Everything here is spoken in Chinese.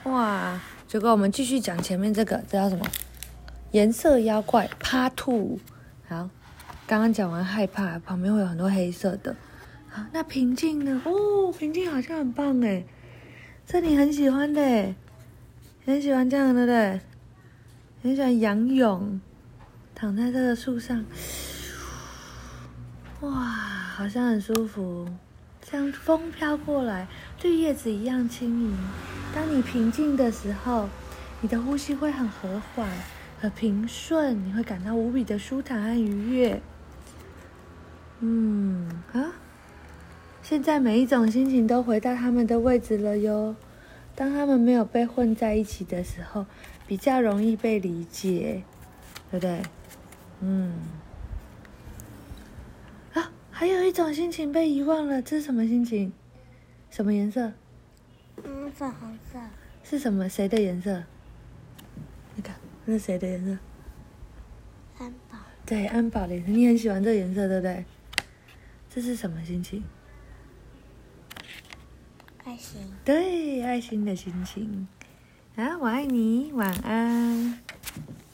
哇！结果我们继续讲前面这个，这叫什么？颜色妖怪Part 2。好，刚刚讲完害怕，旁边会有很多黑色的。好，那平静呢？哦，平静好像很棒哎，这你很喜欢的哎，很喜欢这样对不对？很喜欢仰泳，躺在这个树上，哇，好像很舒服。像风飘过来，绿叶子一样轻盈。当你平静的时候，你的呼吸会很和缓、很平顺，你会感到无比的舒坦和愉悦。现在每一种心情都回到他们的位置了哟。当他们没有被混在一起的时候，比较容易被理解，对不对？还有一种心情被遗忘了，这是什么心情？什么颜色？ 粉红色。 是什么？谁的颜色？你看，那是谁的颜色？ 安宝。 对，安宝的颜色。你很喜欢这个颜色，对不对？这是什么心情？ 爱心。 对，爱心的心情。啊，我爱你，晚安。